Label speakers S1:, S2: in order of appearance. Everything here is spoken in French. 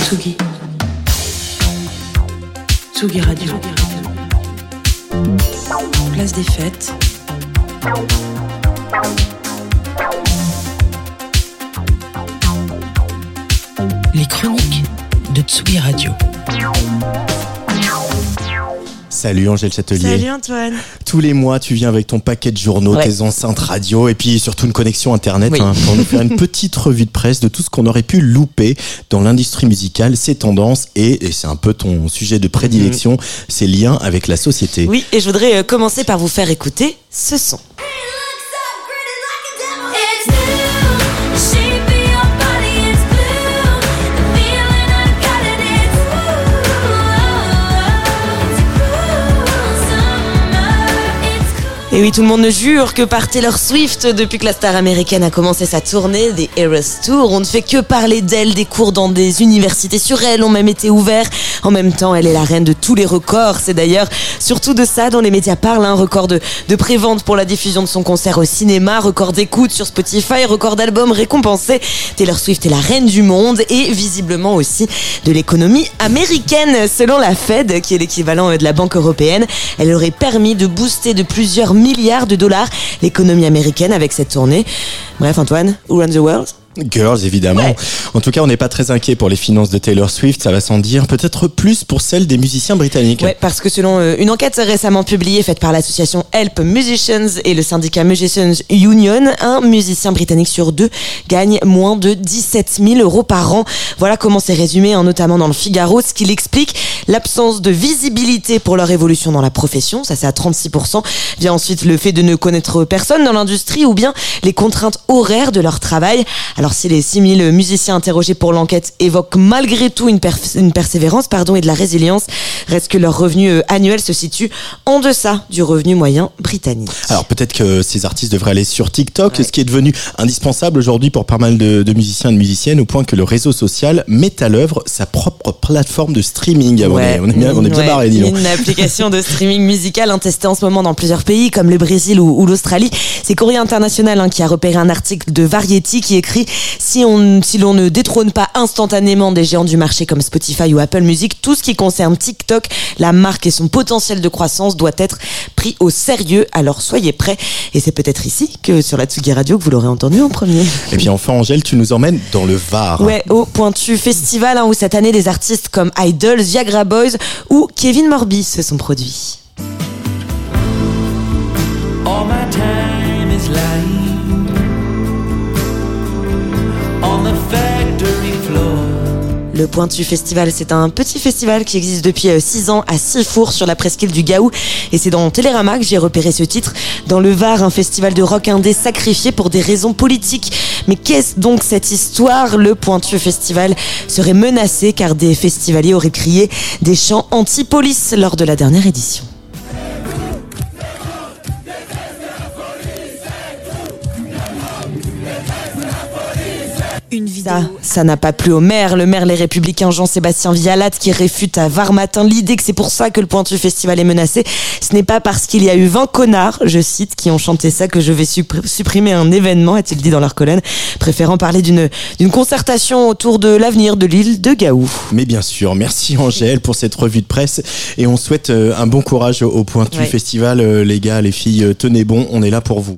S1: Tsugi. Tsugi Radio. Place des Fêtes. Les chroniques de Tsugi Radio.
S2: Salut Angèle Châtelier.
S3: Salut Antoine.
S2: Tous les mois, tu viens avec ton paquet de journaux, tes enceintes radio et puis surtout une connexion internet pour nous faire une petite revue de presse de tout ce qu'on aurait pu louper dans l'industrie musicale, ses tendances et c'est un peu ton sujet de prédilection, ses liens avec la société.
S3: Oui, et je voudrais commencer par vous faire écouter ce son. Et oui, tout le monde ne jure que par Taylor Swift depuis que la star américaine a commencé sa tournée des Eras Tour. On ne fait que parler d'elle, des cours dans des universités sur elle ont même été ouverts. En même temps, elle est la reine de tous les records. C'est d'ailleurs surtout de ça dont les médias parlent. Record de prévente pour la diffusion de son concert au cinéma, record d'écoute sur Spotify, record d'albums récompensés. Taylor Swift est la reine du monde et visiblement aussi de l'économie américaine. Selon la Fed, qui est l'équivalent de la Banque européenne, elle aurait permis de booster de plusieurs milliards de dollars l'économie américaine avec cette tournée. Bref, Antoine, Who Runs the World?
S2: Girls, évidemment. Ouais. En tout cas, on n'est pas très inquiet pour les finances de Taylor Swift, ça va sans dire. Peut-être plus pour celles des musiciens britanniques.
S3: Ouais, parce que selon une enquête récemment publiée faite par l'association Help Musicians et le syndicat Musicians Union, un musicien britannique sur deux gagne moins de 17 000 euros par an. Voilà comment c'est résumé, notamment dans le Figaro, ce qui l'explique. L'absence de visibilité pour leur évolution dans la profession, ça c'est à 36%. Vient ensuite le fait de ne connaître personne dans l'industrie ou bien les contraintes horaires de leur travail. Alors si les 6 000 musiciens interrogés pour l'enquête évoquent malgré tout une persévérance et de la résilience, reste que leur revenu annuel se situe en deçà du revenu moyen britannique.
S2: Alors peut-être que ces artistes devraient aller sur TikTok, ce qui est devenu indispensable aujourd'hui pour pas mal de musiciens et de musiciennes, au point que le réseau social met à l'œuvre sa propre plateforme de streaming. On est bien barré, dis donc.
S3: Une application de streaming musical testée en ce moment dans plusieurs pays comme le Brésil ou l'Australie. C'est Courrier International qui a repéré un article de Variety qui écrit: si l'on ne détrône pas instantanément des géants du marché comme Spotify ou Apple Music, tout ce qui concerne TikTok, la marque et son potentiel de croissance doit être pris au sérieux. Alors soyez prêts. Et c'est peut-être ici que sur la Tsugi Radio que vous l'aurez entendu en premier.
S2: Et puis enfin Angèle, tu nous emmènes dans le Var.
S3: Ouais, au Pointu Festival où cette année des artistes comme Idol, Viagra Boys ou Kevin Morby se sont produits.
S4: All my time is lying on the factory floor.
S3: Le Pointu Festival, c'est un petit festival qui existe depuis 6 ans à Sifour sur la presqu'île du Gaou. Et c'est dans Télérama que j'ai repéré ce titre. Dans le Var, un festival de rock indé sacrifié pour des raisons politiques. Mais qu'est-ce donc cette histoire? Le Pointu Festival serait menacé car des festivaliers auraient crié des chants anti-police lors de la dernière édition. Ça n'a pas plu au maire. Le maire Les Républicains Jean-Sébastien Vialat qui réfute à Var Matin l'idée que c'est pour ça que le Pointu Festival est menacé. Ce n'est pas parce qu'il y a eu 20 connards, je cite, qui ont chanté ça que je vais supprimer un événement, a-t-il dit dans leur colonne, préférant parler d'une concertation autour de l'avenir de l'île de Gaou.
S2: Mais bien sûr, merci Angèle pour cette revue de presse et on souhaite un bon courage au Pointu Festival. Les gars, les filles, tenez bon, on est là pour vous.